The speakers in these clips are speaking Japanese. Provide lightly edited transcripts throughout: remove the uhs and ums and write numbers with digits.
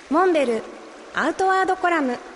モンベルアウトワードコラム。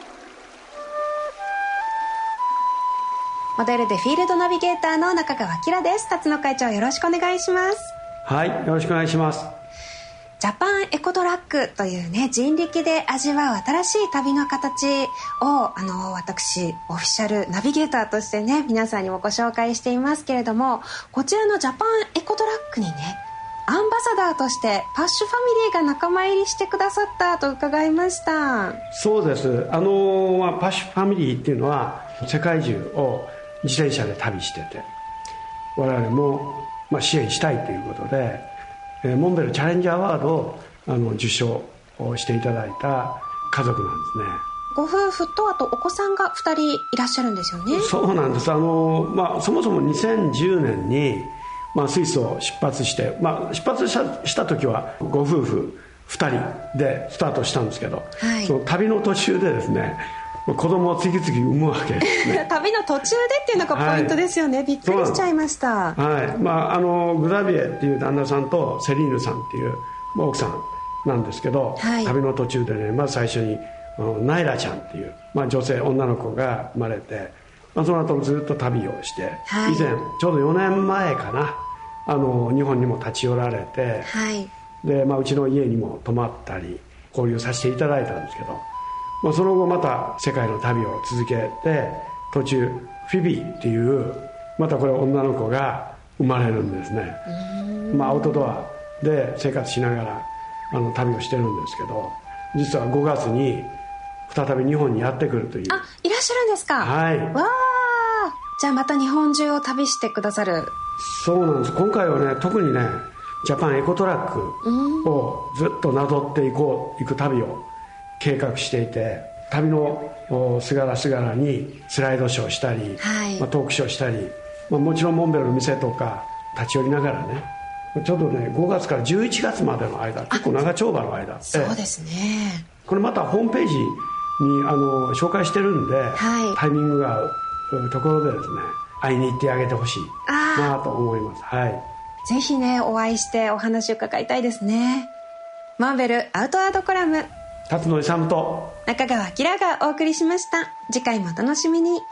モデルでフィールドナビゲーターの中川明です。辰野会長、よろしくお願いします。 はい、よろしくお願いします。 ジャパンエコトラックというね、人力で味わう新しい旅の形を私オフィシャルナビゲーターとしてね、皆さんにもご紹介していますけれども、こちらのジャパンエコトラックにね、アンバサダーとしてパッシュファミリーが仲間入りしてくださったと伺いました。 そうです。パッシュファミリーっていうのは世界中を自転車で旅してて、我々も支援したいということで、モンベルチャレンジアワードを受賞をしていただいた家族なんですね。 ご夫婦とあとお子さんが2人いらっしゃるんですよね。 そうなんです。そもそも2010年にスイスを出発して、出発した時はご夫婦2人でスタートしたんですけど、はい、その旅の途中でですね、子供を次々産むわけですね。 旅の途中でっていうのがポイントですよね、はい、びっくりしちゃいました。 はい、グザビエっていう旦那さんとセリーヌさんっていう奥さんなんですけど、はい、旅の途中でね、まず最初にナイラちゃんっていう、女性女の子が生まれて、その後ずっと旅をして、はい、以前ちょうど4年前かな、日本にも立ち寄られて、はい、でうちの家にも泊まったり交流させていただいたんですけど、その後また世界の旅を続けて、途中フィビーっていうまたこれ女の子が生まれるんですね。アウトドアで生活しながら旅をしてるんですけど、実は5月に再び日本にやってくるという。 あ、いらっしゃるんですか。 はい。 わー、じゃあまた日本中を旅してくださる。 そうなんです。今回はね、特にね、ジャパンエコトラックをずっとなぞって行く旅を計画していて、旅のすがらすがらにスライドショーしたり、はい、トークショーしたり、もちろんモンベルの店とか立ち寄りながらね、ちょうどね5月から11月までの間、結構長丁場の間、 そうですね、 これまたホームページに紹介してるんで、はい、タイミングが合うところでですね、会いに行ってあげてほしいなと思います。はい、 ぜひね、お会いしてお話を伺いたいですね。モンベルアウトワードコラム、 辰野勇と中川明がお送りしました。次回もお楽しみに。